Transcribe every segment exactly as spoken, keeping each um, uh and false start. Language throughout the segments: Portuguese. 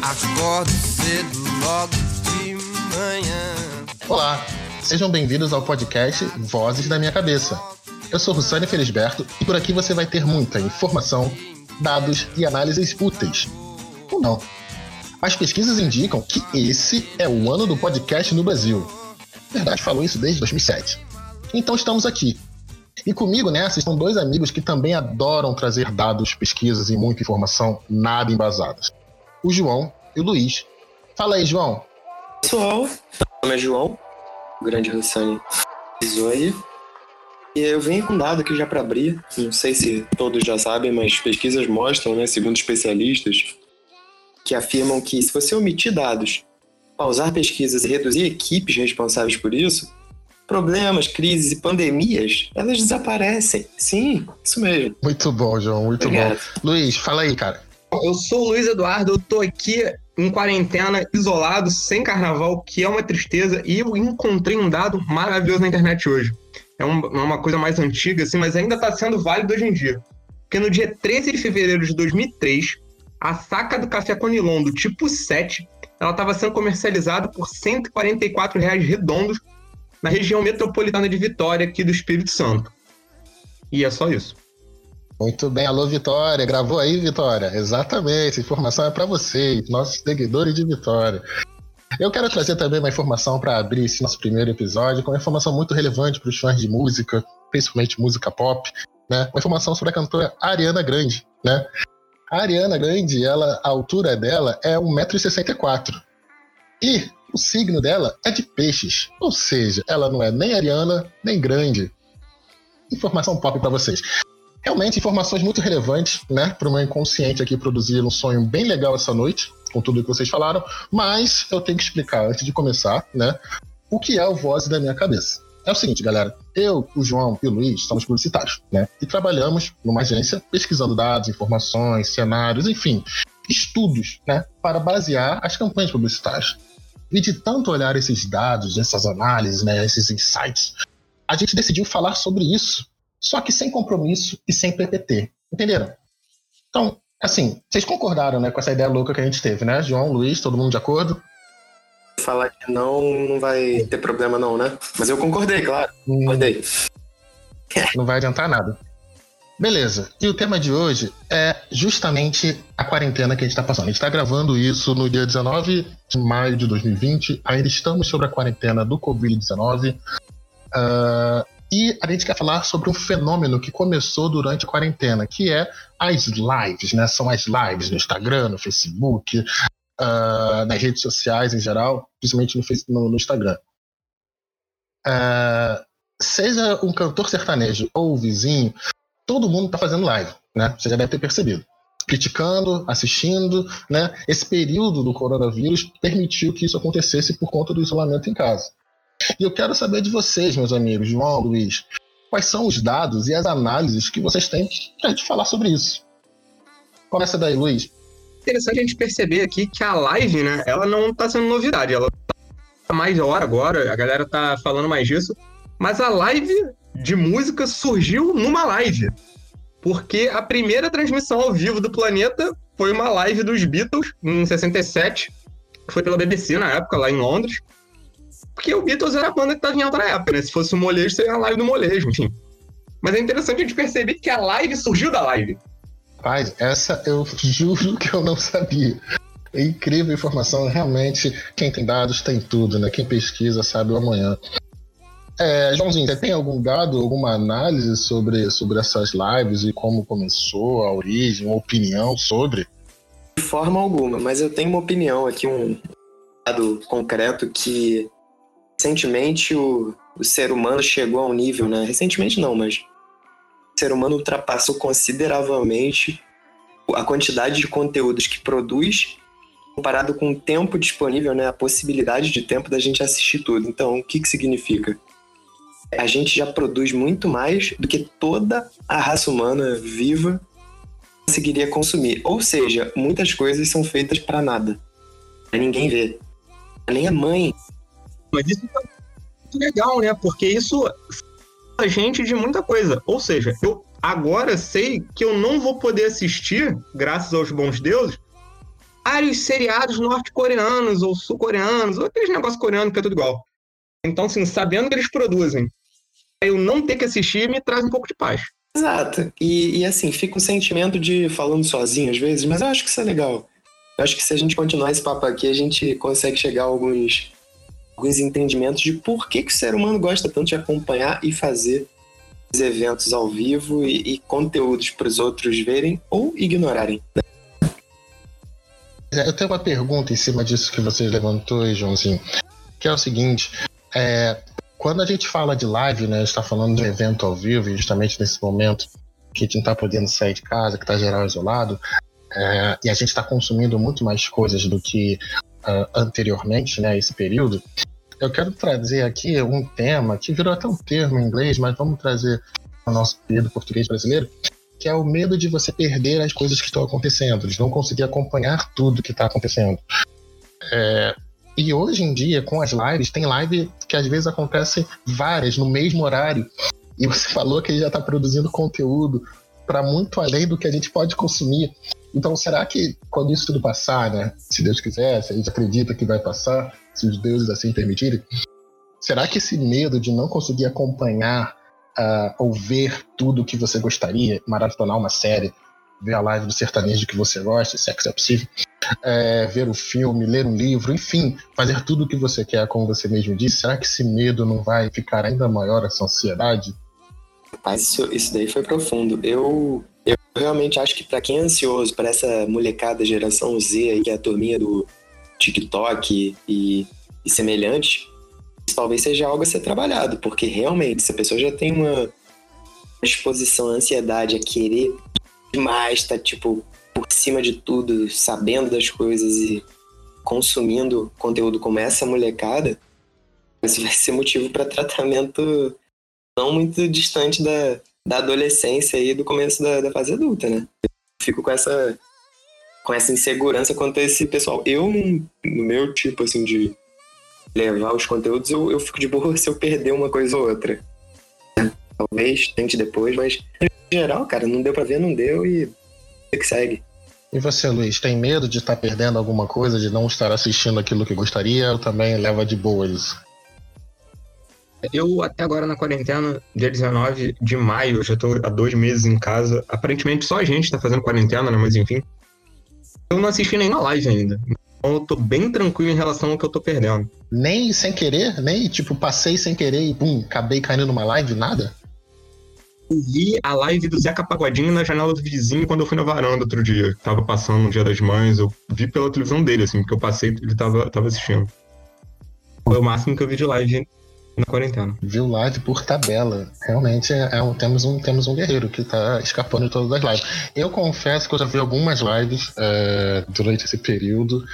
Acordo cedo logo de manhã. Olá, sejam bem-vindos ao podcast Vozes da Minha Cabeça. Eu sou Russane Felisberto e por aqui você vai ter muita informação, dados e análises úteis. Ou não. As pesquisas indicam que esse é o ano do podcast no Brasil. A Verdade falou isso desde dois mil e sete. Então estamos aqui. E comigo nessa estão dois amigos que também adoram trazer dados, pesquisas e muita informação nada embasadas. O João e o Luiz. Fala aí, João. Pessoal, meu nome é João, o grande Russane Zoe. E eu venho com um dado aqui já para abrir. Não sei se todos já sabem, mas pesquisas mostram, né, segundo especialistas, que afirmam que se você omitir dados, pausar pesquisas e reduzir equipes responsáveis por isso, problemas, crises e pandemias, elas desaparecem. Sim, isso mesmo. Muito bom, João, muito Obrigado. bom. Luiz, fala aí, cara. Eu sou o Luiz Eduardo, eu tô aqui em quarentena, isolado, sem carnaval, que é uma tristeza, e eu encontrei um dado maravilhoso na internet hoje. É um, uma coisa mais antiga, assim, mas ainda está sendo válido hoje em dia. Porque no dia treze de fevereiro de dois mil e três, a saca do café Conilon do tipo sete, ela estava sendo comercializada por cento e quarenta e quatro reais redondos na região metropolitana de Vitória, aqui do Espírito Santo. E é só isso. Muito bem, alô Vitória, gravou aí, Vitória? Exatamente, informação é para vocês, nossos seguidores de Vitória. Eu quero trazer também uma informação para abrir esse nosso primeiro episódio, com uma informação muito relevante para os fãs de música, principalmente música pop, né? Uma informação sobre a cantora Ariana Grande, né? A Ariana Grande, ela, a altura dela é um metro e sessenta e quatro. E o signo dela é de peixes, ou seja, ela não é nem ariana, nem grande. Informação pop para vocês. Realmente, informações muito relevantes, né, para o meu inconsciente aqui produzir um sonho bem legal essa noite, com tudo que vocês falaram, mas eu tenho que explicar, antes de começar, né, o que é o Voz da Minha Cabeça. É o seguinte, galera, eu, o João e o Luiz somos publicitários, né, e trabalhamos numa agência pesquisando dados, informações, cenários, enfim, estudos, né, para basear as campanhas publicitárias. E de tanto olhar esses dados, essas análises, né, esses insights, a gente decidiu falar sobre isso, só que sem compromisso e sem P P T. Entenderam? Então, assim, vocês concordaram, né, com essa ideia louca que a gente teve, né? João, Luiz, todo mundo de acordo? Falar que não, não vai ter problema não, né? Mas eu concordei, claro. Hum, Concordei. não vai adiantar nada. Beleza. E o tema de hoje é justamente a quarentena que a gente está passando. A gente está gravando isso no dia dezenove de maio de dois mil e vinte. Ainda estamos sobre a quarentena do covid dezenove. Uh, E a gente quer falar sobre um fenômeno que começou durante a quarentena, que é as lives, né? São as lives no Instagram, no Facebook, uh, nas redes sociais em geral, principalmente no, no, no Instagram. Uh, seja um cantor sertanejo ou o vizinho, todo mundo está fazendo live, né? Você já deve ter percebido. Criticando, assistindo, né? Esse período do coronavírus permitiu que isso acontecesse por conta do isolamento em casa. E eu quero saber de vocês, meus amigos, João, Luiz, quais são os dados e as análises que vocês têm para a gente falar sobre isso. Começa daí, Luiz. Interessante a gente perceber aqui que a live, né, ela não está sendo novidade, ela tá mais hora agora, a galera tá falando mais disso, mas a live de música surgiu numa live, porque a primeira transmissão ao vivo do planeta foi uma live dos Beatles, em sessenta e sete, que foi pela B B C na época, lá em Londres. Porque o Beatles era a banda que estava em alta na época, né? Se fosse o molejo, seria a live do molejo, enfim. Mas é interessante a gente perceber que a live surgiu da live. Rapaz, essa eu juro que eu não sabia. É incrível a informação, realmente, quem tem dados tem tudo, né? Quem pesquisa sabe o amanhã. É, Joãozinho, você tem algum dado, alguma análise sobre, sobre essas lives e como começou, a origem, uma opinião sobre? De forma alguma, mas eu tenho uma opinião aqui, um dado concreto que recentemente o, o ser humano chegou a um nível, né? Recentemente não, mas o ser humano ultrapassou consideravelmente a quantidade de conteúdos que produz comparado com o tempo disponível, né? A possibilidade de tempo da gente assistir tudo. Então, o que que significa? A gente já produz muito mais do que toda a raça humana viva conseguiria consumir. Ou seja, muitas coisas são feitas para nada. Pra ninguém ver. Nem a mãe. Mas isso é muito legal, né? Porque isso a gente de muita coisa. Ou seja, eu agora sei que eu não vou poder assistir, graças aos bons deuses, vários seriados norte-coreanos ou sul-coreanos, ou aqueles negócios coreanos que é tudo igual. Então, assim, sabendo que eles produzem, eu não ter que assistir me traz um pouco de paz. Exato. E, e assim, fica um sentimento de falando sozinho às vezes, mas eu acho que isso é legal. Eu acho que se a gente continuar esse papo aqui, a gente consegue chegar a alguns, alguns entendimentos de por que, que o ser humano gosta tanto de acompanhar e fazer os eventos ao vivo e, e conteúdos para os outros verem ou ignorarem. Eu tenho uma pergunta em cima disso que você levantou, Joãozinho, que é o seguinte, é, quando a gente fala de live, né, a gente está falando de um evento ao vivo, e justamente nesse momento que a gente não está podendo sair de casa, que está geral isolado, é, e a gente está consumindo muito mais coisas do que uh, anteriormente, né, esse período, eu quero trazer aqui um tema que virou até um termo em inglês, mas vamos trazer ao nosso período português brasileiro, que é o medo de você perder as coisas que estão acontecendo, de não conseguir acompanhar tudo que está acontecendo. É, e hoje em dia, com as lives, tem live que às vezes acontecem várias no mesmo horário, e você falou que já está produzindo conteúdo para muito além do que a gente pode consumir. Então, será que quando isso tudo passar, né, se Deus quiser, se a gente acredita que vai passar, se os deuses assim permitirem, será que esse medo de não conseguir acompanhar Uh, ou ver tudo o que você gostaria, maratonar uma série, ver a live do sertanejo que você gosta, se é que é possível, é, ver o filme, ler um livro, enfim, fazer tudo o que você quer, como você mesmo disse, será que esse medo não vai ficar ainda maior, essa ansiedade? Mas isso, isso daí foi profundo. Eu, eu realmente acho que para quem é ansioso, para essa molecada geração Z aí, que é a turminha do TikTok e, e semelhantes, talvez seja algo a ser trabalhado, porque realmente, se a pessoa já tem uma exposição à ansiedade, a querer demais, tá tipo por cima de tudo, sabendo das coisas e consumindo conteúdo como essa molecada, isso vai ser motivo para tratamento não muito distante da, da adolescência e do começo da, da fase adulta, né? Eu fico com essa, com essa insegurança quanto a esse pessoal. Eu, no meu tipo, assim, de levar os conteúdos, eu, eu fico de boa se eu perder uma coisa ou outra. Talvez tente depois, mas em geral, cara, não deu pra ver, não deu e é que segue. E você, Luiz, tem medo de estar perdendo alguma coisa, de não estar assistindo aquilo que gostaria, ou também leva de boa isso? Eu, até agora na quarentena, dia dezenove de maio, eu já tô há dois meses em casa. Aparentemente só a gente tá fazendo quarentena, né? Mas enfim. Eu não assisti nenhuma live ainda. Então eu tô bem tranquilo em relação ao que eu tô perdendo. Nem sem querer? Nem, tipo, passei sem querer e, pum, acabei caindo numa live? Nada? Eu vi a live do Zeca Pagodinho na janela do vizinho quando eu fui na varanda outro dia. Tava passando no Dia das Mães, eu vi pela televisão dele, assim, porque eu passei e ele tava, tava assistindo. Foi o máximo que eu vi de live na quarentena. Viu live por tabela. Realmente é, é um, temos, um, temos um guerreiro que tá escapando de todas as lives. Eu confesso que eu já vi algumas lives é, durante esse período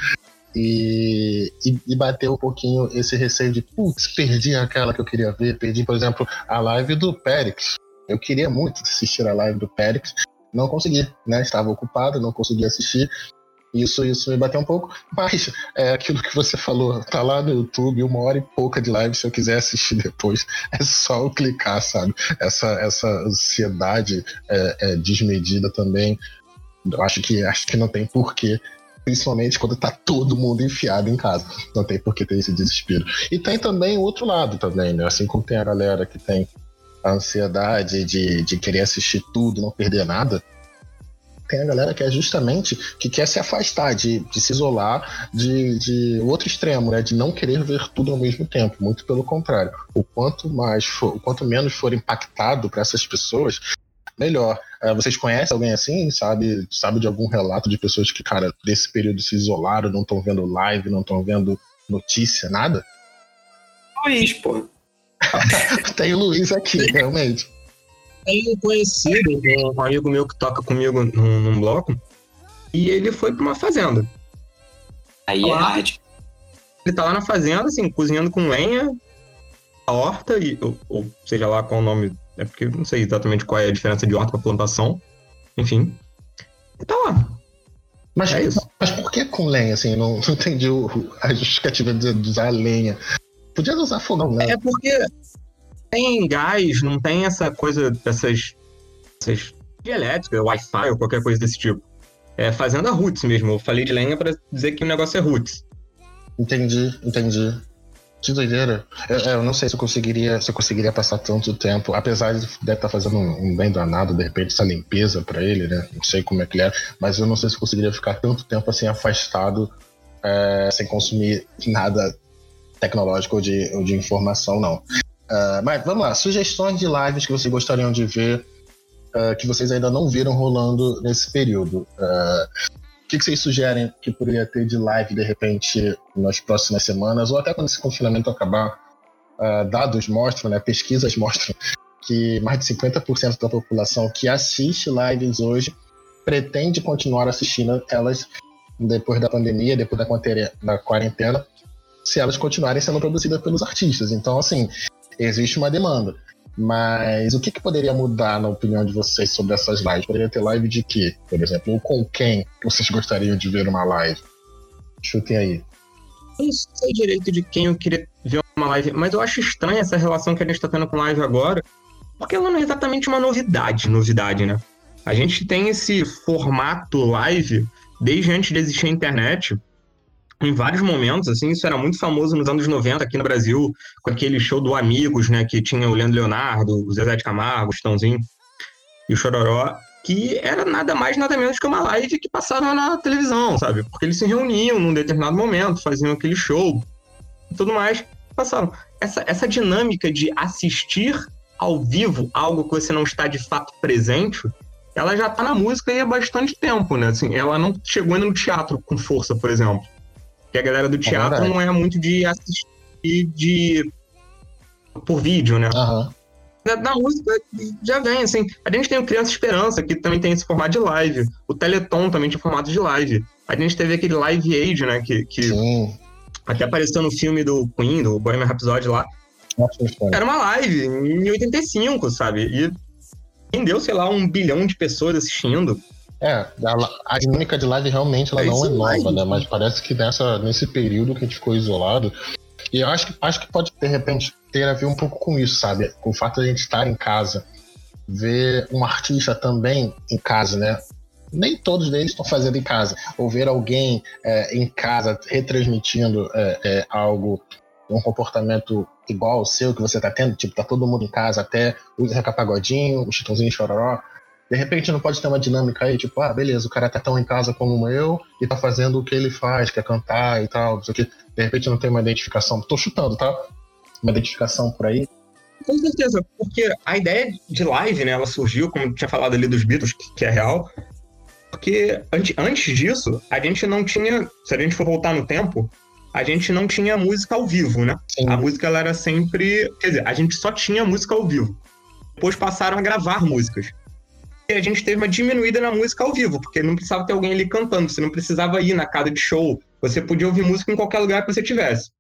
e, e, e bateu um pouquinho esse receio de putz, perdi aquela que eu queria ver. Perdi, por exemplo, a live do Périx. Eu queria muito assistir a live do Périx, não consegui, né? Estava ocupado, não consegui assistir. Isso, isso me bateu um pouco, mas é aquilo que você falou, tá lá no YouTube, uma hora e pouca de live, se eu quiser assistir depois, é só eu clicar, sabe? Essa, essa ansiedade é, é desmedida também, eu acho que, acho que não tem porquê, principalmente quando tá todo mundo enfiado em casa, não tem porquê ter esse desespero. E tem também o outro lado também, né? Assim como tem a galera que tem a ansiedade de, de querer assistir tudo, não perder nada, tem a galera que é justamente que quer se afastar, de, de se isolar de, de outro extremo, né? De não querer ver tudo ao mesmo tempo. Muito pelo contrário. O quanto mais for, o quanto menos for impactado para essas pessoas, melhor. É, vocês conhecem alguém assim? Sabe, sabe de algum relato de pessoas que, cara, desse período se isolaram, não estão vendo live, não estão vendo notícia, nada? Luiz, pô. Tem o Luiz aqui, realmente. Tem um conhecido, um amigo meu que toca comigo num, num bloco, e ele foi pra uma fazenda. Aí é hard. Ele tá lá na fazenda, assim, cozinhando com lenha, a horta, e, ou, ou seja lá qual o nome, é porque eu não sei exatamente qual é a diferença de horta pra plantação, enfim. E tá lá. Mas, é isso. Mas por que com lenha, assim? Não, não entendi o, a justificativa de usar lenha. Podia usar fogão, né? É porque tem gás, não tem essa coisa dessas, essas de elétrica, Wi-Fi ou qualquer coisa desse tipo. é, fazenda roots mesmo. Eu falei de lenha pra dizer que o negócio é roots. Entendi, entendi. Que doideira. Eu, eu não sei se eu conseguiria, se eu conseguiria passar tanto tempo, apesar de deve estar fazendo um, um bem danado, de repente, essa limpeza pra ele, né? Não sei como é que ele é, mas eu não sei se eu conseguiria ficar tanto tempo assim afastado, é, sem consumir nada tecnológico ou de, ou de informação, não. Uh, mas vamos lá, sugestões de lives que vocês gostariam de ver, uh, que vocês ainda não viram rolando nesse período. Uh, O que, que vocês sugerem que poderia ter de live, de repente, nas próximas semanas, ou até quando esse confinamento acabar? Uh, dados mostram, né, pesquisas mostram que mais de cinquenta por cento da população que assiste lives hoje pretende continuar assistindo elas depois da pandemia, depois da quarentena, da quarentena, se elas continuarem sendo produzidas pelos artistas. Então, assim, existe uma demanda. Mas o que, que poderia mudar, na opinião de vocês, sobre essas lives? Poderia ter live de quê, por exemplo? Ou com quem vocês gostariam de ver uma live? Chutem aí. Eu não sei direito de quem eu queria ver uma live, mas eu acho estranha essa relação que a gente está tendo com live agora, porque ela não é exatamente uma novidade, novidade, né? A gente tem esse formato live desde antes de existir a internet, em vários momentos, assim, isso era muito famoso nos anos noventa aqui no Brasil, com aquele show do Amigos, né, que tinha o Leandro Leonardo, o Zezé de Camargo, o Chitãozinho e o Chororó, que era nada mais, nada menos que uma live que passava na televisão, sabe? Porque eles se reuniam num determinado momento, faziam aquele show e tudo mais, passavam. Essa, essa dinâmica de assistir ao vivo algo que você não está de fato presente, ela já tá na música aí há bastante tempo, né? Assim, ela não chegou ainda no teatro com força, por exemplo. Porque a galera do teatro é não é muito de assistir de... por vídeo, né? Uhum. Na, na música já vem, assim. A gente tem o Criança Esperança, que também tem esse formato de live. O Teleton também tinha formato de live. A gente teve aquele Live Aid, né? Que, que até apareceu no filme do Queen, do Bohemian Rhapsody lá. Era uma live em oitenta e cinco, sabe? E rendeu, sei lá, um bilhão de pessoas assistindo. É, a, a dinâmica de live realmente ela é não é nova, live, né? Mas parece que nessa, nesse período que a gente ficou isolado, e eu acho que, acho que pode, de repente, ter a ver um pouco com isso, sabe? Com o fato de a gente estar em casa, ver um artista também em casa, né? Nem todos eles estão fazendo em casa. Ou ver alguém é, em casa retransmitindo é, é, algo, um comportamento igual ao seu que você tá tendo, tipo, tá todo mundo em casa, até o Zeca Pagodinho, o Chitãozinho e Chororó. De repente não pode ter uma dinâmica aí, tipo, ah, beleza, o cara tá tão em casa como eu e tá fazendo o que ele faz, quer cantar e tal, não sei o que. De repente não tem uma identificação. Tô chutando, tá? Uma identificação por aí. Com certeza, porque a ideia de live, né, ela surgiu, como tinha falado ali dos Beatles, que é real, porque antes, antes disso, a gente não tinha, se a gente for voltar no tempo, a gente não tinha música ao vivo, né? Sim. A música, ela era sempre, quer dizer, a gente só tinha música ao vivo. Depois passaram a gravar músicas. E a gente teve uma diminuída na música ao vivo, porque não precisava ter alguém ali cantando, você não precisava ir na casa de show, você podia ouvir música em qualquer lugar que você tivesse.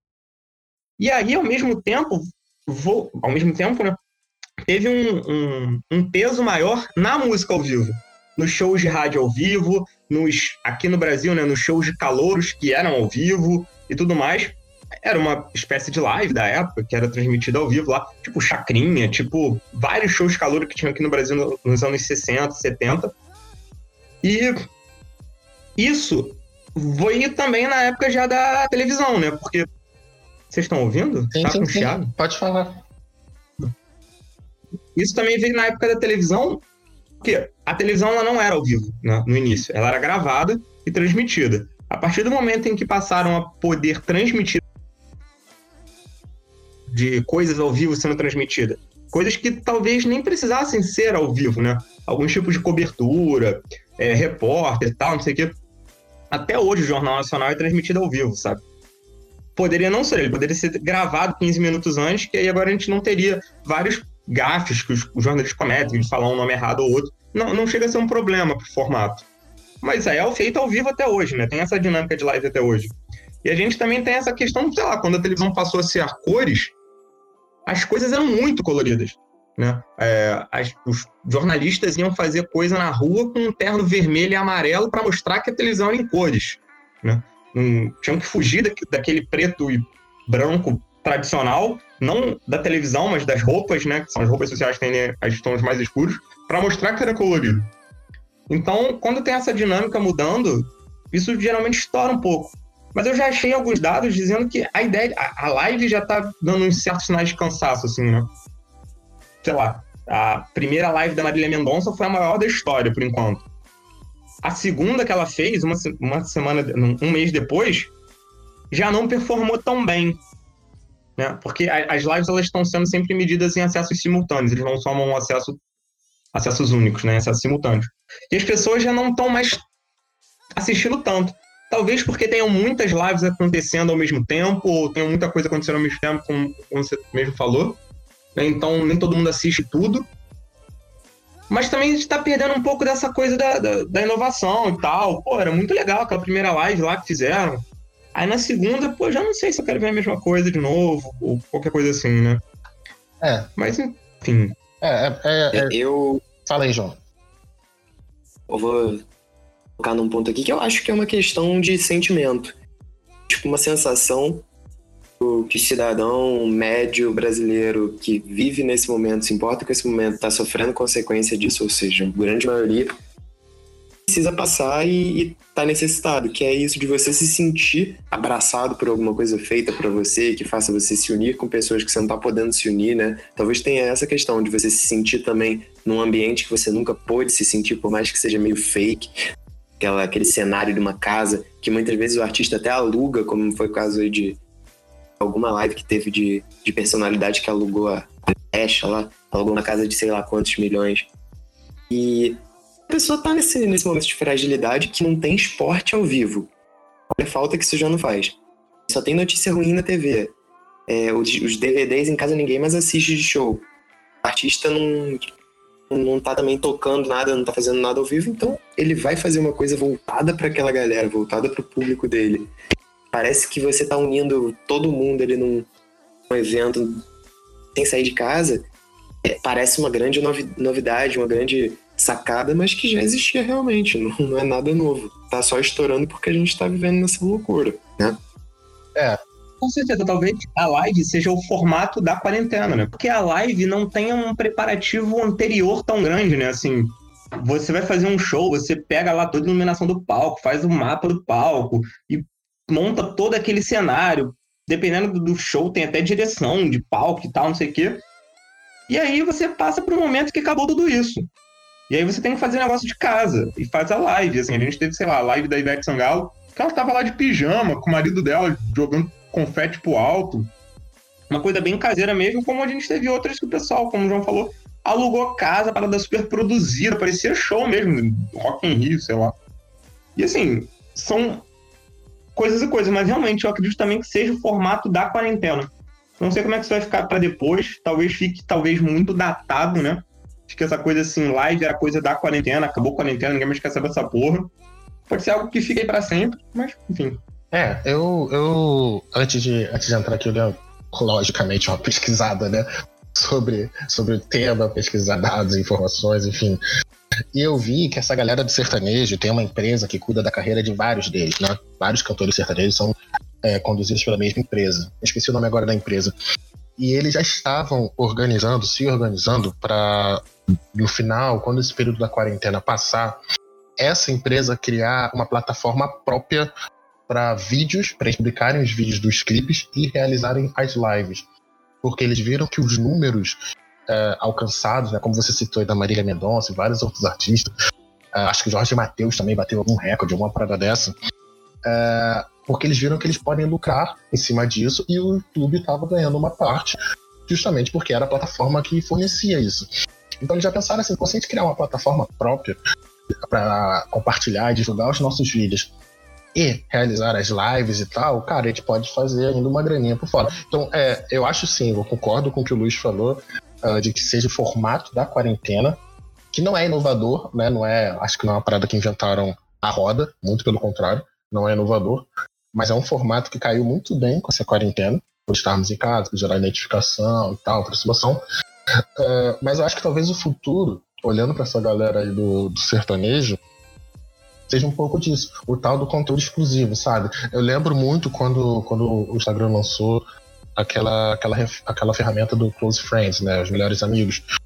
E aí, ao mesmo tempo, vou, ao mesmo tempo, né, teve um, um, um peso maior na música ao vivo. Nos shows de rádio ao vivo, nos, aqui no Brasil, né, nos shows de calouros que eram ao vivo e tudo mais. Era uma espécie de live da época, que era transmitida ao vivo lá, tipo Chacrinha, tipo vários shows de calor que tinham aqui no Brasil no, nos anos sessenta, setenta. E isso foi também na época já da televisão, né? Porque... Vocês estão ouvindo? Sim, tá sim, com sim. chiado? Pode falar. Isso também veio na época da televisão, porque a televisão ela não era ao vivo, né, no início. Ela era gravada e transmitida. A partir do momento em que passaram a poder transmitir de coisas ao vivo sendo transmitidas, coisas que talvez nem precisassem ser ao vivo, né? Alguns tipos de cobertura, é, repórter e tal, não sei o quê. Até hoje o Jornal Nacional é transmitido ao vivo, sabe? Poderia não ser, ele poderia ser gravado quinze minutos antes, que aí agora a gente não teria vários gafes que os, os jornalistas cometem, de falar um nome errado ou outro. Não, não chega a ser um problema pro formato. Mas aí é feito ao vivo até hoje, né? Tem essa dinâmica de live até hoje. E a gente também tem essa questão, sei lá, quando a televisão passou a ser a cores, as coisas eram muito coloridas, né? É, as, os jornalistas iam fazer coisa na rua com um terno vermelho e amarelo para mostrar que a televisão era em cores, né? Um, tinham que fugir da, daquele preto e branco tradicional, não da televisão, mas das roupas, né? Que são as roupas sociais que têm as tons mais escuros, para mostrar que era colorido. Então, quando tem essa dinâmica mudando, isso geralmente estoura um pouco. Mas eu já achei alguns dados dizendo que a ideia, a, a live já tá dando uns certos sinais de cansaço, assim, né? Sei lá, a primeira live da Marília Mendonça foi a maior da história, por enquanto. A segunda que ela fez, uma, uma semana, um mês depois, já não performou tão bem, né? Porque a, as lives, elas estão sendo sempre medidas em acessos simultâneos, eles não somam acesso, acessos únicos, né? Acessos simultâneos. E as pessoas já não estão mais assistindo tanto. Talvez porque tenham muitas lives acontecendo ao mesmo tempo, ou tenham muita coisa acontecendo ao mesmo tempo, como, como você mesmo falou. Né? Então, nem todo mundo assiste tudo. Mas também a gente tá perdendo um pouco dessa coisa da, da, da inovação e tal. Pô, era muito legal aquela primeira live lá que fizeram. Aí na segunda, pô, já não sei se eu quero ver a mesma coisa de novo, ou qualquer coisa assim, né? É. Mas, enfim. É, é, é, é... Eu... Fala aí, João. Eu vou tocar num ponto aqui que eu acho que é uma questão de sentimento. Tipo, uma sensação que o cidadão médio brasileiro que vive nesse momento, se importa com esse momento, está sofrendo consequência disso, ou seja, a grande maioria precisa passar e está necessitado, que é isso de você se sentir abraçado por alguma coisa feita para você, que faça você se unir com pessoas que você não está podendo se unir, né? Talvez tenha essa questão de você se sentir também num ambiente que você nunca pôde se sentir, por mais que seja meio fake, aquela, aquele cenário de uma casa que muitas vezes o artista até aluga, como foi o caso aí de alguma live que teve de, de personalidade que alugou a Esha lá, alugou uma casa de sei lá quantos milhões. E a pessoa tá nesse, nesse momento de fragilidade que não tem esporte ao vivo. Olha a falta que isso já não faz. Só tem notícia ruim na T V. É, os, os D V Ds em casa ninguém mais assiste de show. O artista não, não tá também tocando nada, não tá fazendo nada ao vivo, então ele vai fazer uma coisa voltada para aquela galera, voltada para o público dele. Parece que você tá unindo todo mundo ali num, num evento sem sair de casa. É, parece uma grande novi- novidade, uma grande sacada, mas que já existia realmente, não, não é nada novo. Tá só estourando porque a gente tá vivendo nessa loucura, né? É. Com certeza, talvez a live seja o formato da quarentena, né? Porque a live não tem um preparativo anterior tão grande, né? Assim, você vai fazer um show, você pega lá toda a iluminação do palco, faz o mapa do palco e monta todo aquele cenário. Dependendo do show, tem até direção de palco e tal, não sei o quê. E aí você passa por um momento que acabou tudo isso. E aí você tem que fazer negócio de casa e faz a live. Assim, a gente teve, sei lá, a live da Ivete Sangalo, que ela tava lá de pijama, com o marido dela jogando confete pro alto. Uma coisa bem caseira mesmo, como a gente teve outras que o pessoal, como o João falou, alugou casa, parada super produzida, parecia show mesmo, Rock in Rio, sei lá. E assim, são coisas e coisas, mas realmente eu acredito também que seja o formato da quarentena. Não sei como é que isso vai ficar pra depois, talvez fique talvez muito datado, né? Acho que essa coisa assim, live era coisa da quarentena, acabou a quarentena, ninguém mais quer saber dessa porra. Pode ser algo que fique aí pra sempre, mas enfim. É, eu, eu antes, de, antes de entrar aqui, eu dei, logicamente, uma pesquisada, né? Sobre, sobre o tema, pesquisar dados, informações, enfim. E eu vi que essa galera do sertanejo tem uma empresa que cuida da carreira de vários deles, né? Vários cantores sertanejos são é, conduzidos pela mesma empresa. Eu esqueci o nome agora da empresa. E eles já estavam organizando, se organizando para, no final, quando esse período da quarentena passar, essa empresa criar uma plataforma própria para vídeos, para eles publicarem os vídeos dos clipes e realizarem as lives. Porque eles viram que os números é, alcançados, né, como você citou aí da Marília Mendonça e vários outros artistas, é, acho que o Jorge Mateus também bateu algum recorde, alguma parada dessa, é, porque eles viram que eles podem lucrar em cima disso e o YouTube estava ganhando uma parte, justamente porque era a plataforma que fornecia isso. Então eles já pensaram assim, se a gente criar uma plataforma própria para compartilhar e divulgar os nossos vídeos e realizar as lives e tal, cara, a gente pode fazer ainda uma graninha por fora. Então, é, eu acho sim, eu concordo com o que o Luiz falou, uh, de que seja o formato da quarentena, que não é inovador, né, não é, acho que não é uma parada que inventaram a roda, muito pelo contrário, não é inovador, mas é um formato que caiu muito bem com essa quarentena, por estarmos em casa, por gerar identificação e tal, aproximação. Uh, mas eu acho que talvez o futuro, olhando para essa galera aí do, do sertanejo, seja um pouco disso, o tal do conteúdo exclusivo, sabe? Eu lembro muito quando, quando o Instagram lançou aquela, aquela, aquela ferramenta do Close Friends, né? Os melhores amigos.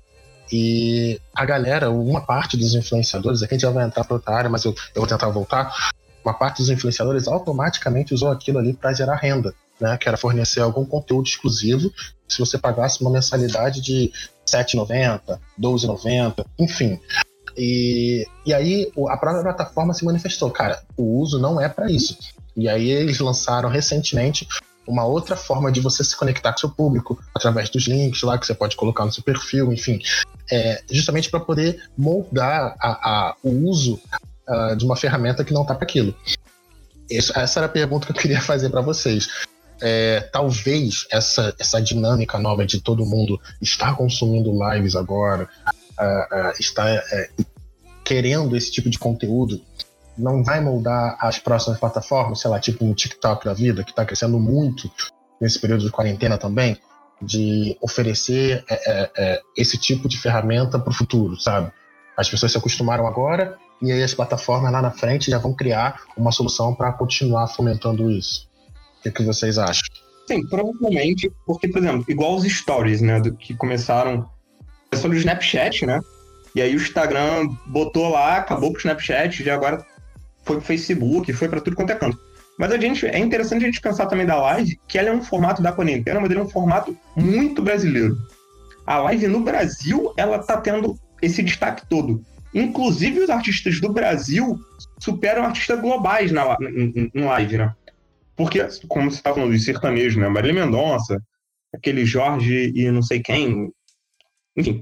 E a galera, uma parte dos influenciadores, aqui a gente já vai entrar para outra área, mas eu, eu vou tentar voltar. Uma parte dos influenciadores automaticamente usou aquilo ali para gerar renda, né? Que era fornecer algum conteúdo exclusivo. Se você pagasse uma mensalidade de sete reais e noventa centavos, doze reais e noventa centavos, enfim. E, e aí a própria plataforma se manifestou, cara, o uso não é para isso. E aí eles lançaram recentemente uma outra forma de você se conectar com o seu público, através dos links lá que você pode colocar no seu perfil, enfim, é, justamente para poder moldar a, a, o uso uh, de uma ferramenta que não está para aquilo. Isso, essa era a pergunta que eu queria fazer para vocês. É, talvez essa, essa dinâmica nova de todo mundo estar consumindo lives agora, uh, uh, estar uh, querendo esse tipo de conteúdo, não vai moldar as próximas plataformas, sei lá, tipo um TikTok da vida, que está crescendo muito nesse período de quarentena também, de oferecer é, é, é, esse tipo de ferramenta para o futuro, sabe? As pessoas se acostumaram agora e aí as plataformas lá na frente já vão criar uma solução para continuar fomentando isso. O que, que vocês acham? Sim, provavelmente, porque, por exemplo, igual os stories, né, do que começaram, começou no Snapchat, né, e aí o Instagram botou lá, acabou com o Snapchat, e agora foi pro Facebook, foi para tudo quanto é canto. Mas a gente, é interessante a gente pensar também da live, que ela é um formato da quarentena, mas ele é um formato muito brasileiro. A live no Brasil, ela tá tendo esse destaque todo. Inclusive, os artistas do Brasil superam artistas globais na, na, na live, né? Porque, como você estava falando, dos sertanejos, né? Marília Mendonça, aquele Jorge e não sei quem, enfim,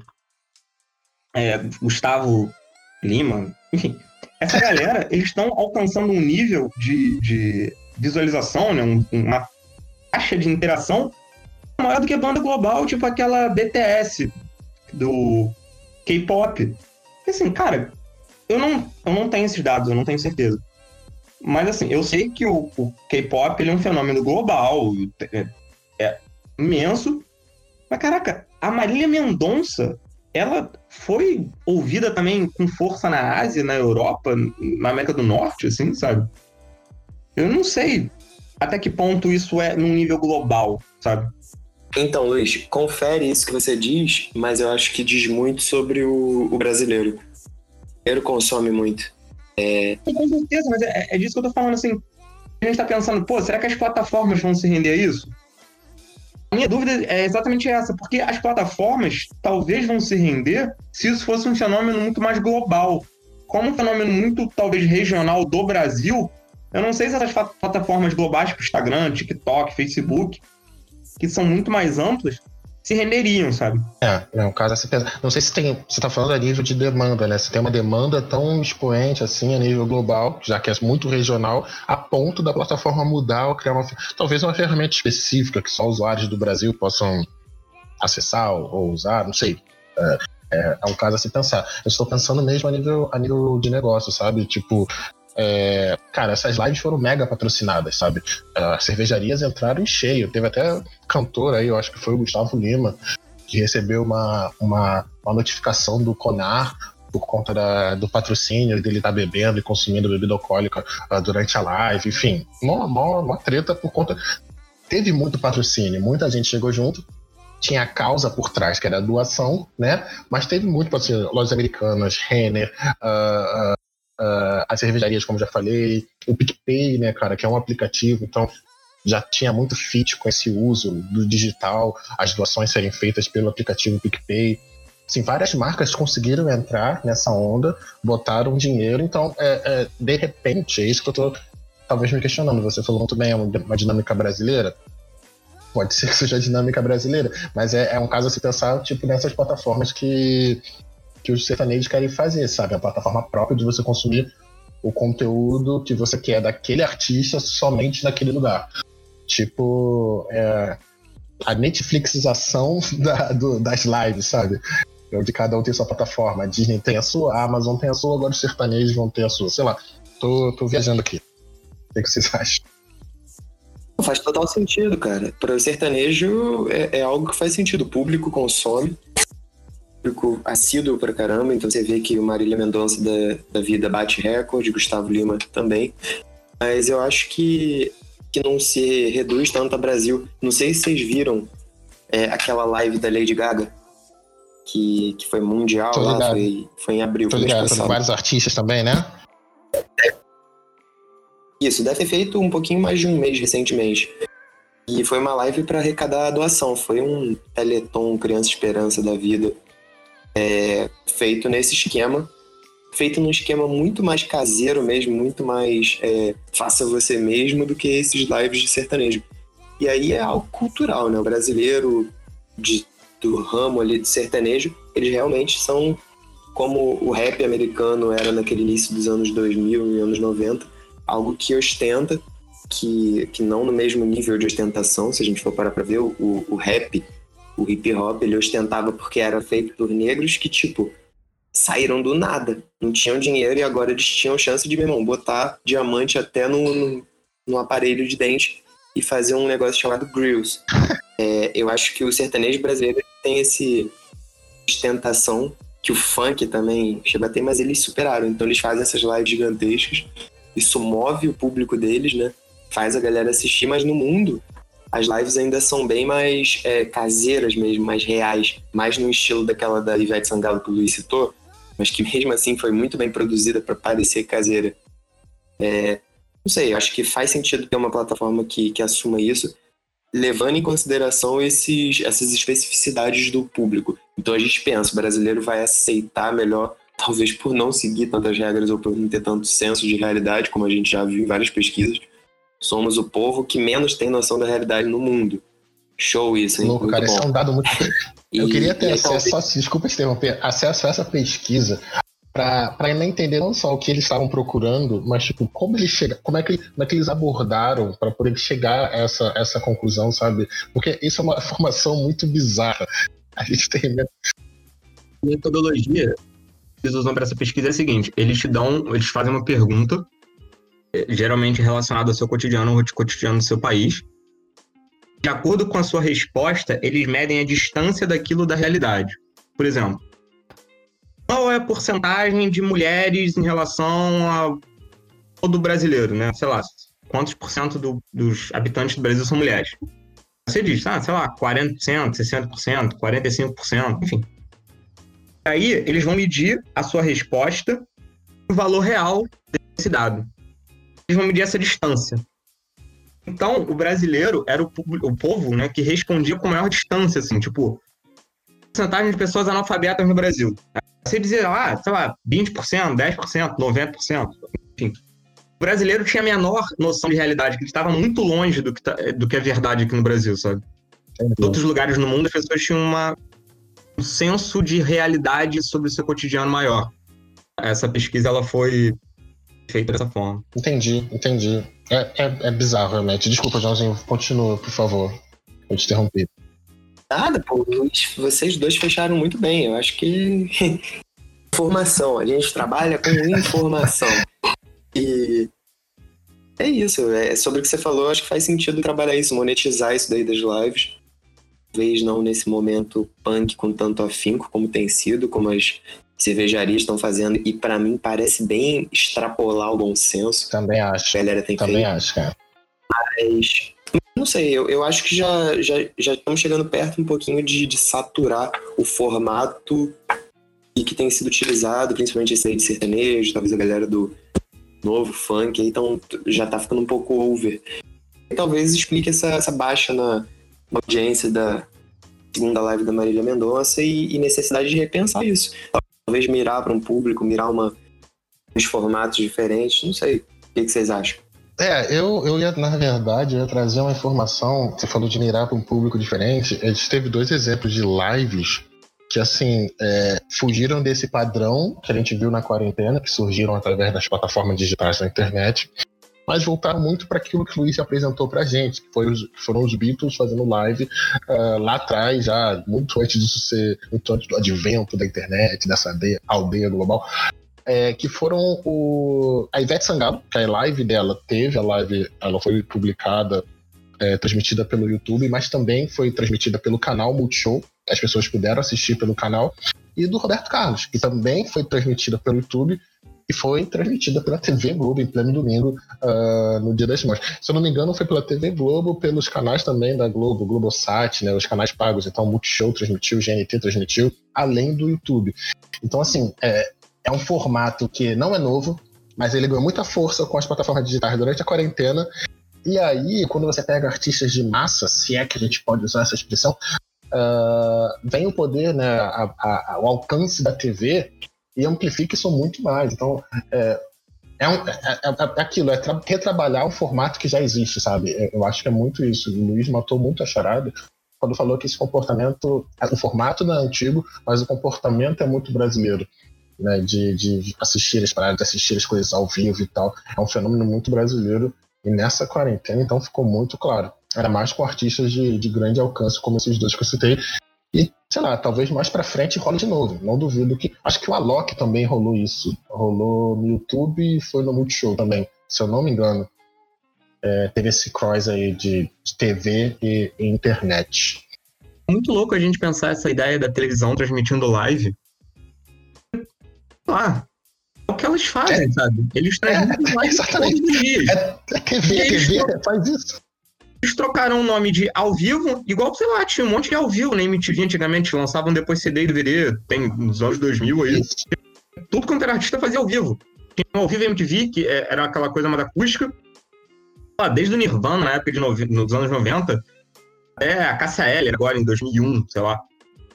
é, Gustavo Lima, enfim. Essa galera, eles estão alcançando um nível de, de visualização, né? Um, uma taxa de interação maior do que a banda global, tipo aquela B T S do K-pop. Assim, cara, eu não, eu não tenho esses dados, eu não tenho certeza. Mas assim, eu sei que o, o K-pop ele é um fenômeno global, é, é imenso. Mas caraca, a Marília Mendonça, ela foi ouvida também com força na Ásia, na Europa, na América do Norte, assim, sabe? Eu não sei até que ponto isso é num nível global, sabe? Então, Luiz, confere isso que você diz, mas eu acho que diz muito sobre o, o brasileiro. O brasileiro consome muito. É... Com certeza, mas é, é disso que eu tô falando, assim. A gente tá pensando, pô, será que as plataformas vão se render a isso? A minha dúvida é exatamente essa, porque as plataformas talvez vão se render se isso fosse um fenômeno muito mais global. Como um fenômeno muito, talvez, regional do Brasil, eu não sei se essas plataformas globais, tipo Instagram, TikTok, Facebook, que são muito mais amplas, se renderiam, sabe? É, é um caso assim, não sei se tem, você tá falando a nível de demanda, né? Se tem uma demanda tão expoente assim a nível global, já que é muito regional, a ponto da plataforma mudar ou criar uma, talvez uma ferramenta específica que só usuários do Brasil possam acessar ou, ou usar, não sei. É, é, é um caso a se pensar. Eu estou pensando mesmo a nível, a nível de negócio, sabe? Tipo, É, cara, essas lives foram mega patrocinadas, sabe? As cervejarias entraram em cheio. Teve até cantor aí, eu acho que foi o Gustavo Lima, que recebeu uma, uma, uma notificação do CONAR por conta da, do patrocínio dele estar tá bebendo e consumindo bebida alcoólica uh, durante a live. Enfim, uma, uma, uma treta por conta. Teve muito patrocínio, muita gente chegou junto. Tinha a causa por trás, que era a doação, né? Mas teve muito patrocínio. Lojas Americanas, Renner, uh, uh, Uh, as cervejarias, como já falei, o PicPay, né, cara, que é um aplicativo, então já tinha muito fit com esse uso do digital, as doações serem feitas pelo aplicativo PicPay. Assim, várias marcas conseguiram entrar nessa onda, botaram dinheiro, então, é, é, de repente, é isso que eu tô talvez me questionando. Você falou muito bem, é uma dinâmica brasileira? Pode ser que seja a dinâmica brasileira, mas é, é um caso a se pensar, tipo, nessas plataformas que que os sertanejos querem fazer, sabe? A plataforma própria de você consumir o conteúdo que você quer daquele artista somente naquele lugar. Tipo, é, a Netflixização da, do, das lives, sabe? Onde cada um tem sua plataforma. A Disney tem a sua, a Amazon tem a sua, agora os sertanejos vão ter a sua. Sei lá, tô, tô viajando aqui. O que vocês acham? Faz total sentido, cara. Para o sertanejo é, é algo que faz sentido. O público consome, público assíduo pra caramba, então você vê que o Marília Mendonça da, da vida bate recorde, Gustavo Lima também, mas eu acho que, que não se reduz tanto a Brasil. Não sei se vocês viram é, aquela live da Lady Gaga. que, que foi mundial Tô lá, ligado. foi, foi em abril. Tô mês ligado, passado. tem vários artistas também, né? Isso, deve ter feito um pouquinho mais de um mês recentemente. E foi uma live para arrecadar a doação. Foi um Teleton Criança Esperança da Vida, é, feito nesse esquema. Feito num esquema muito mais caseiro mesmo, muito mais é, faça você mesmo do que esses lives de sertanejo. E aí é algo cultural, né? O brasileiro de, do ramo ali de sertanejo, eles realmente são como o rap americano era naquele início dos anos dois mil e anos noventa, algo que ostenta, que, que não no mesmo nível de ostentação, se a gente for parar pra ver, o, o rap, o hip hop, ele ostentava porque era feito por negros que, tipo, saíram do nada, não tinham dinheiro e agora eles tinham chance de, meu irmão, botar diamante até no, no, no aparelho de dente e fazer um negócio chamado grills. É, eu acho que o sertanejo brasileiro tem esse ostentação que o funk também chega a ter, mas eles superaram. Então eles fazem essas lives gigantescas, isso move o público deles, né? Faz a galera assistir, mas no mundo as lives ainda são bem mais é, caseiras mesmo, mais reais, mais no estilo daquela da Ivete Sangalo que o Luiz citou, mas que mesmo assim foi muito bem produzida para parecer caseira. É, não sei, acho que faz sentido ter uma plataforma que, que assuma isso, levando em consideração esses, essas especificidades do público. Então a gente pensa, o brasileiro vai aceitar melhor, talvez por não seguir tantas regras ou por não ter tanto senso de realidade, como a gente já viu em várias pesquisas. Somos o povo que menos tem noção da realidade no mundo. Show isso, hein? Louco, muito cara, bom. esse é um dado muito... Eu E- queria ter e acesso, então, só, desculpa te interromper, acesso a essa pesquisa para ainda entender não só o que eles estavam procurando, mas tipo, como eles chegam, como é que, como é que eles abordaram para poder chegar a essa, essa conclusão, sabe? Porque isso é uma informação muito bizarra. A gente tem Metodologia que eles usam para essa pesquisa é a seguinte: eles te dão, eles fazem uma pergunta, eh, geralmente relacionada ao seu cotidiano ou ao cotidiano do seu país. De acordo com a sua resposta, eles medem a distância daquilo da realidade. Por exemplo, qual é a porcentagem de mulheres em relação ao todo brasileiro, né? Sei lá, quantos por cento do, dos habitantes do Brasil são mulheres? Você diz, ah, sei lá, quarenta por cento, sessenta por cento, quarenta e cinco por cento, enfim. Aí, eles vão medir a sua resposta e o valor real desse dado. Eles vão medir essa distância. Então, o brasileiro era o, público- o povo, né, que respondia com maior distância, assim, tipo, porcentagem de pessoas analfabetas no Brasil. Você dizia, ah, sei lá, vinte por cento, dez por cento, noventa por cento, enfim. O brasileiro tinha a menor noção de realidade, que ele estava muito longe do que, tá- do que é verdade aqui no Brasil, sabe? Em outros lugares no mundo, as pessoas tinham uma, um senso de realidade sobre o seu cotidiano maior. Essa pesquisa, ela foi feita dessa forma. Entendi, entendi. É, é, é bizarro, realmente. Desculpa, Joãozinho, continua, por favor. Eu te interrompi. nada, pô, Luiz, vocês dois fecharam muito bem. Eu acho que informação, a gente trabalha com informação. E é isso, é sobre o que você falou, acho que faz sentido trabalhar isso, monetizar isso daí das lives. Talvez não nesse momento punk com tanto afinco como tem sido, como as cervejarias estão fazendo, e pra mim parece bem extrapolar o bom senso Também que acho. a galera tem Também feito. acho, cara. Mas não sei, eu, eu acho que já, já, já estamos chegando perto um pouquinho de, de saturar o formato e que tem sido utilizado, principalmente esse aí de sertanejo, talvez a galera do novo funk, aí então já tá ficando um pouco over. E talvez explique essa, essa baixa na, na audiência da segunda live da Marília Mendonça e, e necessidade de repensar isso. Talvez mirar para um público, mirar uma, uns formatos diferentes, não sei. O que, que vocês acham? É, eu, eu ia, na verdade, eu ia trazer uma informação. Você falou de mirar para um público diferente. A gente teve dois exemplos de lives que, assim, é, fugiram desse padrão que a gente viu na quarentena, que surgiram através das plataformas digitais da internet, mas voltaram muito para aquilo que o Luiz apresentou pra gente, que, foi os, que foram os Beatles fazendo live uh, lá atrás, já muito antes disso ser, muito antes do advento da internet, dessa aldeia, aldeia global. É, que foram o, a Ivete Sangalo, que a live dela teve, a live ela foi publicada, é, transmitida pelo YouTube, mas também foi transmitida pelo canal Multishow, as pessoas puderam assistir pelo canal, e do Roberto Carlos, que também foi transmitida pelo YouTube, e foi transmitida pela T V Globo em pleno domingo, uh, no Dia das Mães. Se eu não me engano, foi pela T V Globo, pelos canais também da Globo, Globosat, né, os canais pagos. Então, o Multishow transmitiu, o G N T transmitiu, além do YouTube. Então, assim, é, é um formato que não é novo, mas ele ganhou muita força com as plataformas digitais durante a quarentena. E aí, quando você pega artistas de massa, se é que a gente pode usar essa expressão, uh, vem o poder, né, a, a, o alcance da T V e amplifica isso muito mais. Então, é, é, um, é, é, é aquilo, é tra- retrabalhar um formato que já existe, sabe? Eu acho que é muito isso. O Luiz matou muito a charada quando falou que esse comportamento, o formato não é antigo, mas o comportamento é muito brasileiro, né? De, de assistir as paradas, de assistir as coisas ao vivo e tal. É um fenômeno muito brasileiro. E nessa quarentena, então, ficou muito claro. Era mais com artistas de, de grande alcance, como esses dois que eu citei. E, sei lá, talvez mais pra frente role de novo. Não duvido que... Acho que o Alok também rolou isso. Rolou no YouTube e foi no Multishow também, se eu não me engano. É, teve esse cross aí de, de T V e, e internet. Muito louco a gente pensar essa ideia da televisão transmitindo live. Ah, é o que elas fazem, É. sabe? Eles transmitem É, live exatamente. todos os dias. É, é T V, E T V eles- faz isso. Eles trocaram o nome de ao vivo, igual, sei lá, tinha um monte de ao vivo na M T V antigamente, lançavam depois C D e D V D, tem nos anos dois mil aí. Isso. Tudo quanto era artista fazia ao vivo. Tinha o ao vivo M T V, que é- era aquela coisa mais acústica. Ah, desde o Nirvana, na época de noven- nos anos noventa, até a Cássia Eller, agora em dois mil e um, sei lá.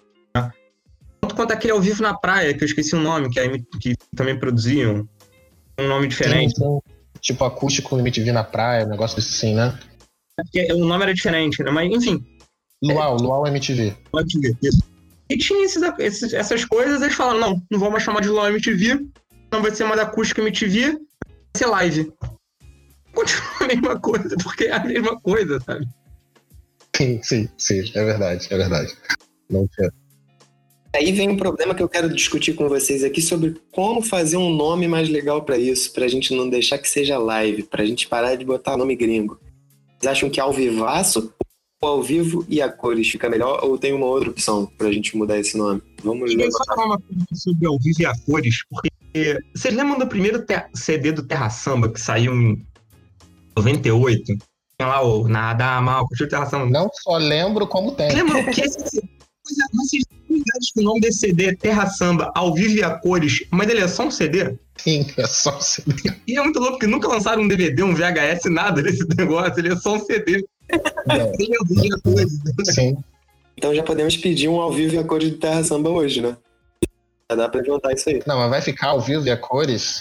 Tanto quanto aquele ao vivo na praia, que eu esqueci o nome, que, a M- que também produziam. Um nome diferente. Então, tipo acústico M T V na praia, um negócio desse assim, né? Porque o nome era diferente, né? Mas, enfim, Luau, Luau M T V. pode ver. Isso. E tinha esses, esses- essas coisas, eles falaram, não, não vou mais chamar de Luau M T V, não vai ser mais acústico M T V, vai ser live. Continua a mesma coisa, porque é a mesma coisa, sabe? Sim, sim, sim, é verdade, é verdade. Não tinha. Aí vem um problema que eu quero discutir com vocês aqui sobre como fazer um nome mais legal pra isso, pra gente não deixar que seja live, pra gente parar de botar nome gringo. Vocês acham que ao vivaço, ou ao vivo e a cores fica melhor, ou tem uma outra opção pra gente mudar esse nome? Vamos Deixa eu só levantar. falar uma coisa sobre ao vivo e a cores, porque vocês lembram do primeiro te- C D do Terra Samba, que saiu em noventa e oito? Tinha lá o Nada Mal, curtiu o Terra Samba? Não só lembro como tem. Lembram que esse C D, vocês estão ligados que o nome desse C D é Terra Samba, ao vivo e a cores, mas ele é só um C D? Sim, é só C D. E é muito louco, porque nunca lançaram um D V D, um V H S, nada desse negócio, ele é só um C D. Sem ao vivo e a cores. Sim. Então já podemos pedir um ao vivo e a cores do Terra Samba hoje, né? Já dá pra adiantar isso aí. Não, mas vai ficar ao vivo e a cores.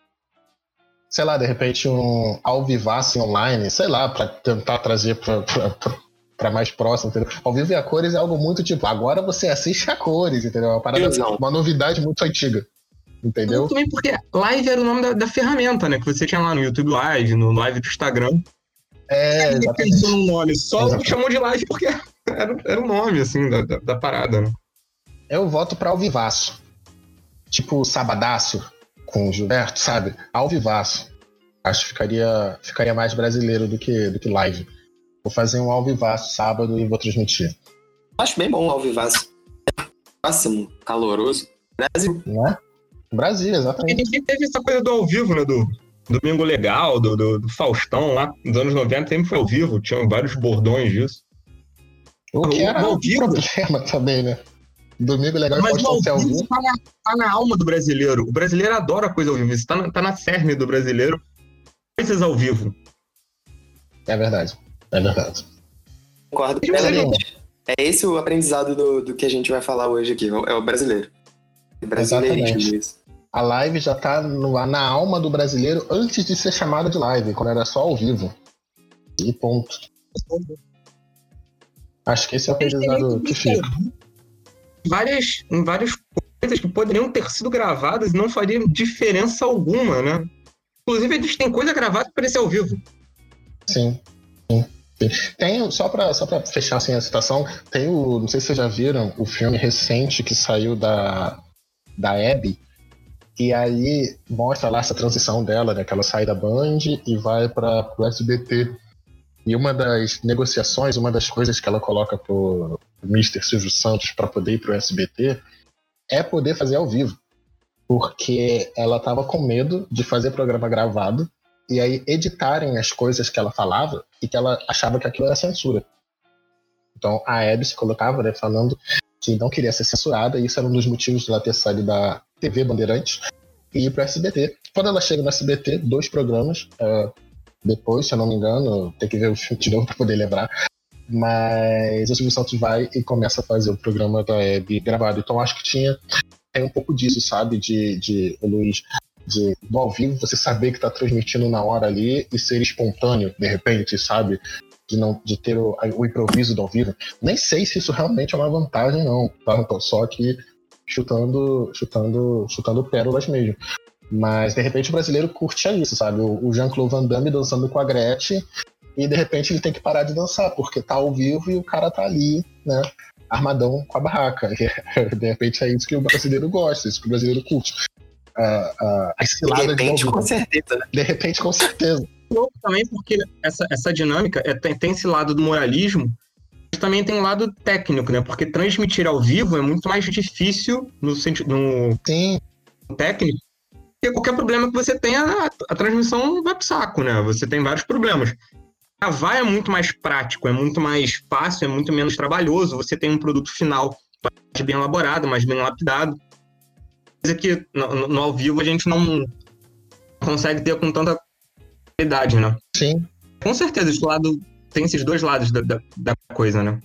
Sei lá, de repente um ao vivace online, sei lá, pra tentar trazer pra, pra, pra, pra mais próximo, entendeu? Ao vivo e a cores é algo muito tipo, agora você assiste a cores, entendeu? Uma parada, Exato. uma novidade muito antiga, entendeu? Também porque live era o nome da, da ferramenta, né? Que você tinha lá no YouTube Live, no Live do Instagram. É, Ele exatamente. pensou no nome, só Exatamente. chamou de live porque era, era o nome, assim, da, da, da parada, né? Eu voto pra ao vivaço. Tipo Sabadaço com o Gilberto, sabe? Ao vivaço. Acho que ficaria, ficaria mais brasileiro do que, do que live. Vou fazer um ao vivaço sábado e vou transmitir. Acho bem bom o Alvivaço. Próximo, caloroso. Brasil. Não é? Brasil, E exatamente. ninguém teve essa coisa do ao vivo, né? Do Domingo Legal, do, do, do Faustão lá, nos anos noventa, sempre foi ao vivo, tinham vários bordões disso. O que o- era o ao um vivo- problema também, né? Domingo legal e Mas o Faustão ao ser ao vivo vivo. tá na, tá na alma do brasileiro. O brasileiro adora coisa ao vivo, isso tá na, tá na cerne do brasileiro. Coisas ao vivo. É verdade, é verdade. Concordo Mas, plenamente. É esse o aprendizado do, do que a gente vai falar hoje aqui. É o brasileiro. Brasileiro Exatamente. isso. A live já tá no- na alma do brasileiro antes de ser chamada de live, quando era só ao vivo. E ponto. Acho que esse é o aprendizado que fica. Várias, em várias coisas que poderiam ter sido gravadas e não fariam diferença alguma, né? Inclusive, eles têm coisa gravada para ser ao vivo. Sim. sim, sim. Tem, só pra, só pra fechar assim, a citação, tem o. Não sei se vocês já viram o filme recente que saiu da, da Abby. E aí mostra lá essa transição dela, né? Que ela sai da Band e vai para o S B T. E uma das negociações, uma das coisas que ela coloca pro mister Silvio Santos para poder ir pro S B T é poder fazer ao vivo. porque ela tava com medo de fazer programa gravado e aí editarem as coisas que ela falava e que ela achava que aquilo era censura. Então a Hebe se colocava, né, falando que não queria ser censurada, e isso era um dos motivos de ela ter saído da T V Bandeirantes e ir para S B T. Quando ela chega no S B T, dois programas, uh, depois, se eu não me engano, tem que ver o filme de novo para poder lembrar, mas o Silvio Santos vai e começa a fazer o programa da Hebe gravado. Então acho que tinha tem um pouco disso, sabe, de, de Luiz, de, do ao vivo, você saber que tá transmitindo na hora ali e ser espontâneo, de repente, sabe, de, não, de ter o, o improviso do ao vivo. Nem sei se isso realmente é uma vantagem, não, tá? Então, só que chutando, chutando, chutando pérolas mesmo. Mas, de repente, o brasileiro curte isso, sabe, o, o Jean-Claude Van Damme dançando com a Gretchen e, de repente, ele tem que parar de dançar, porque tá ao vivo e o cara tá ali, né, armadão com a barraca. De repente é isso que o brasileiro gosta, isso que o brasileiro curte. Uh, uh, as ciladas de repente, de com certeza, né? De repente, com certeza. Também porque essa, essa dinâmica é, tem, tem esse lado do moralismo, mas também tem um lado técnico, né? Porque transmitir ao vivo é muito mais difícil no sentido no, Sim. no técnico. Porque qualquer problema que você tenha, a, a transmissão vai pro saco, né? Você tem vários problemas. Gravar é muito mais prático, é muito mais fácil, é muito menos trabalhoso. Você tem um produto final mais bem elaborado, mais bem lapidado. Coisa que no, no ao vivo a gente não consegue ter com tanta qualidade, né? Sim. Com certeza, esse lado, tem esses dois lados da, da, da coisa, né?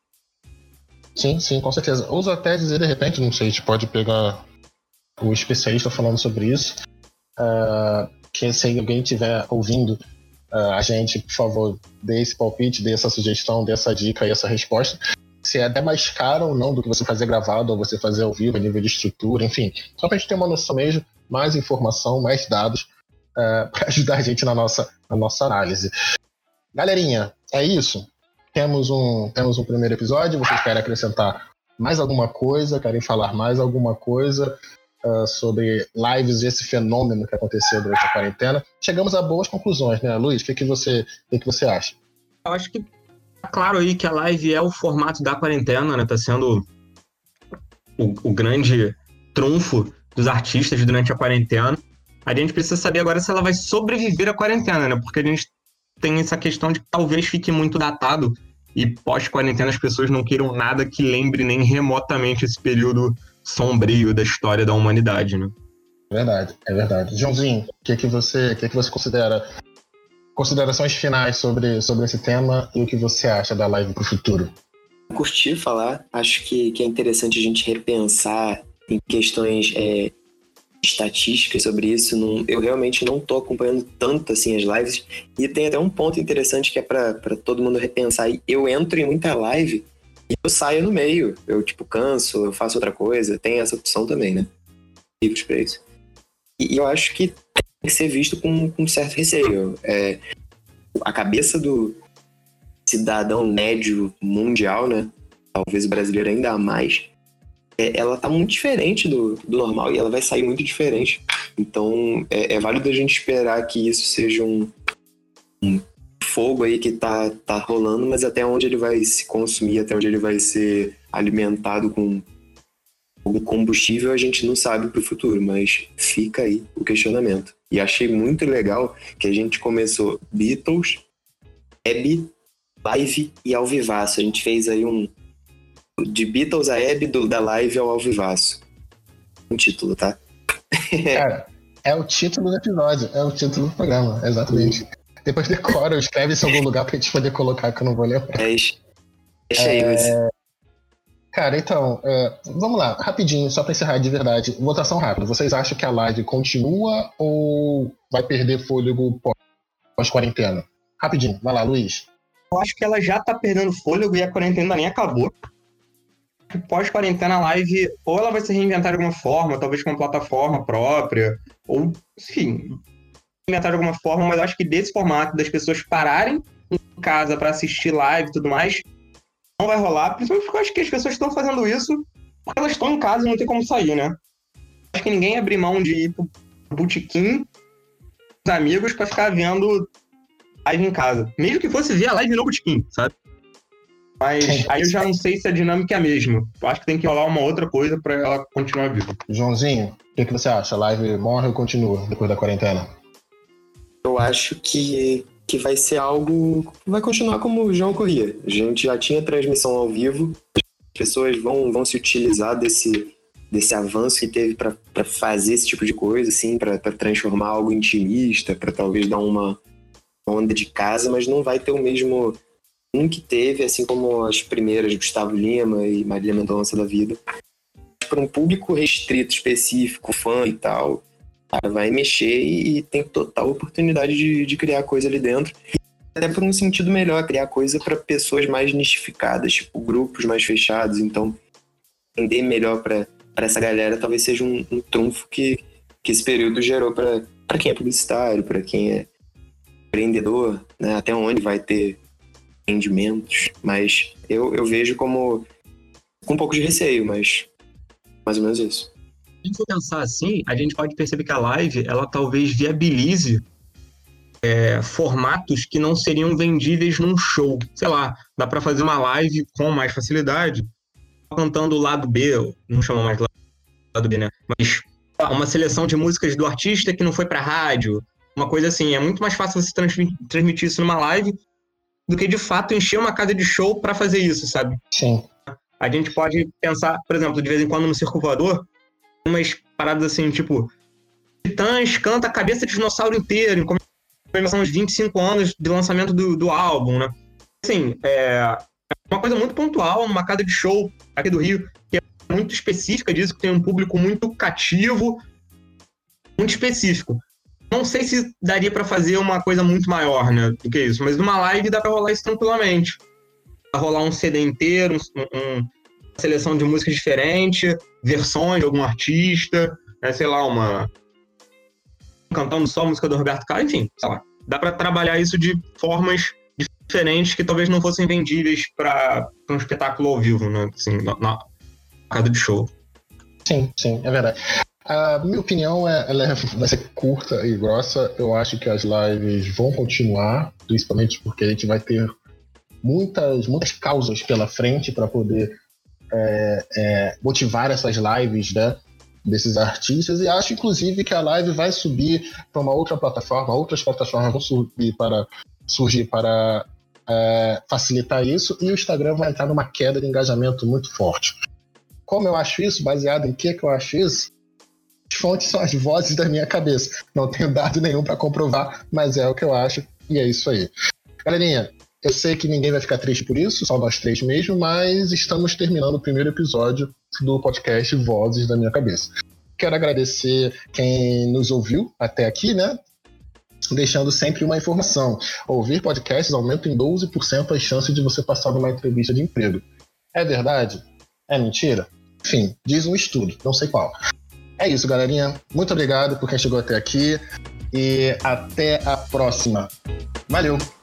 Sim, sim, com certeza. Ouso até dizer, de repente, não sei, a gente pode pegar o especialista falando sobre isso, uh, que se alguém estiver ouvindo Uh, a gente, por favor, dê esse palpite, dê essa sugestão, dê essa dica e essa resposta. Se é até mais caro ou não do que você fazer gravado ou você fazer ao vivo, a nível de estrutura, enfim. Só pra gente ter uma noção mesmo, mais informação, mais dados uh, para ajudar a gente na nossa, na nossa análise. Galerinha, é isso. Temos um, temos um primeiro episódio. Vocês querem acrescentar mais alguma coisa? Querem falar mais alguma coisa Uh, sobre lives e esse fenômeno que aconteceu durante a quarentena? Chegamos a boas conclusões, né, Luiz? O que, que, você, o que, que você acha? Eu acho que tá claro aí que a live é o formato da quarentena, né? Tá sendo o, o grande trunfo dos artistas durante a quarentena. A gente precisa saber agora se ela vai sobreviver à quarentena, né? Porque a gente tem essa questão de que talvez fique muito datado e pós-quarentena as pessoas não queiram nada que lembre nem remotamente esse período sombrio da história da humanidade, né? É verdade, é verdade. Joãozinho, o que, que você, que que você considera? Considerações finais sobre, sobre esse tema e o que você acha da live pro futuro? Curti falar, acho que, que é interessante a gente repensar em questões é, estatísticas sobre isso. Não, eu realmente não tô acompanhando tanto assim as lives, e tem até um ponto interessante que é para todo mundo repensar. Eu entro em muita live e eu saio no meio, eu tipo canso, eu faço outra coisa, tem essa opção também, né? Livros pra isso. E eu acho que tem que ser visto com, com certo receio. É, a cabeça do cidadão médio mundial, né? Talvez o brasileiro ainda mais, é, ela tá muito diferente do, do normal e ela vai sair muito diferente. Então é, é válido a gente esperar que isso seja um, um fogo aí que tá, tá rolando, mas até onde ele vai se consumir, até onde ele vai ser alimentado com o combustível, a gente não sabe pro futuro, mas fica aí o questionamento. E achei muito legal que a gente começou Beatles, Hebe, live e ao vivaço. A gente fez aí um de Beatles a Hebe, do, da live ao ao vivaço. Um título, tá? Cara, é o título do episódio, é o título do programa, exatamente. Depois decora, escreve isso em algum lugar pra gente poder colocar, que eu não vou lembrar. É isso. Deixa aí, é... você. Cara, então, é... vamos lá, rapidinho, só pra encerrar de verdade. Votação rápida. Vocês acham que a live continua ou vai perder fôlego pós-quarentena? Rapidinho, vai lá, Luiz. Eu acho que ela já tá perdendo fôlego e a quarentena nem acabou. Pós-quarentena, a live, ou ela vai se reinventar de alguma forma, talvez com uma plataforma própria, ou, enfim, inventar de alguma forma, mas eu acho que desse formato, das pessoas pararem em casa pra assistir live e tudo mais, não vai rolar, principalmente porque eu acho que as pessoas estão fazendo isso porque elas estão em casa e não tem como sair, né? Acho que ninguém abre mão de ir pro botequim com os amigos pra ficar vendo live em casa. Mesmo que fosse ver a live no botequim, sabe? Mas aí eu já não sei se a dinâmica é a mesma. Eu acho que tem que rolar uma outra coisa pra ela continuar viva. Joãozinho, o que, que você acha? A live morre ou continua depois da quarentena? Eu acho que, que vai ser algo... Vai continuar como já ocorria. A gente já tinha transmissão ao vivo. As pessoas vão, vão se utilizar desse, desse avanço que teve para fazer esse tipo de coisa, assim, para transformar algo intimista, para talvez dar uma onda de casa, mas não vai ter o mesmo... Um que teve, assim como as primeiras, Gustavo Lima e Marília Mendonça da vida. Para um público restrito, específico, fã e tal, cara, vai mexer e, e tem total oportunidade de, de criar coisa ali dentro. Até por um sentido melhor, criar coisa para pessoas mais nichificadas, tipo grupos mais fechados. Então, entender melhor para essa galera talvez seja um, um trunfo que, que esse período gerou para quem é publicitário, para quem é empreendedor, né? Até onde vai ter rendimentos, mas eu, eu vejo como com um pouco de receio, mas mais ou menos isso. Se a gente for pensar assim, a gente pode perceber que a live, ela talvez viabilize é, formatos que não seriam vendíveis num show. Sei lá, dá pra fazer uma live com mais facilidade, cantando o lado B, não chama mais lado B, né? Mas uma seleção de músicas do artista que não foi pra rádio, uma coisa assim. É muito mais fácil você transmitir isso numa live do que, de fato, encher uma casa de show pra fazer isso, sabe? Sim. A gente pode pensar, por exemplo, de vez em quando no Circo Voador, umas paradas assim, tipo, Titãs canta a cabeça de dinossauro inteiro, em comemoração aos vinte e cinco anos de lançamento do, do álbum, né? Assim, é uma coisa muito pontual, numa casa de show aqui do Rio, que é muito específica disso, que tem um público muito cativo, muito específico. Não sei se daria pra fazer uma coisa muito maior, né, do que isso, mas numa live dá pra rolar isso tranquilamente. Dá pra rolar um C D inteiro, um, um, uma seleção de músicas diferentes, versões de algum artista, né, sei lá, uma... cantando só a música do Roberto Carlos, enfim, sei lá. Dá pra trabalhar isso de formas diferentes que talvez não fossem vendíveis pra, pra um espetáculo ao vivo, né, assim, na, na casa de show. Sim, sim, é verdade. A minha opinião é, ela é, vai ser curta e grossa. Eu acho que as lives vão continuar, principalmente porque a gente vai ter muitas, muitas causas pela frente para poder é, é, motivar essas lives, né, desses artistas. E acho, inclusive, que a live vai subir para uma outra plataforma, outras plataformas vão subir para, surgir para é, facilitar isso, e o Instagram vai entrar numa queda de engajamento muito forte. Como eu acho isso? Baseado em que, que eu acho isso? As fontes são as vozes da minha cabeça. Não tenho dado nenhum para comprovar, mas é o que eu acho e é isso aí. Galerinha, eu sei que ninguém vai ficar triste por isso, só nós três mesmo, mas estamos terminando o primeiro episódio do podcast Vozes da Minha Cabeça. Quero agradecer quem nos ouviu até aqui, né? Deixando sempre uma informação. Ouvir podcasts aumenta em doze por cento as chances de você passar numa entrevista de emprego. É verdade? É mentira? Enfim, diz um estudo, não sei qual. É isso, galerinha. Muito obrigado por quem chegou até aqui e até a próxima. Valeu!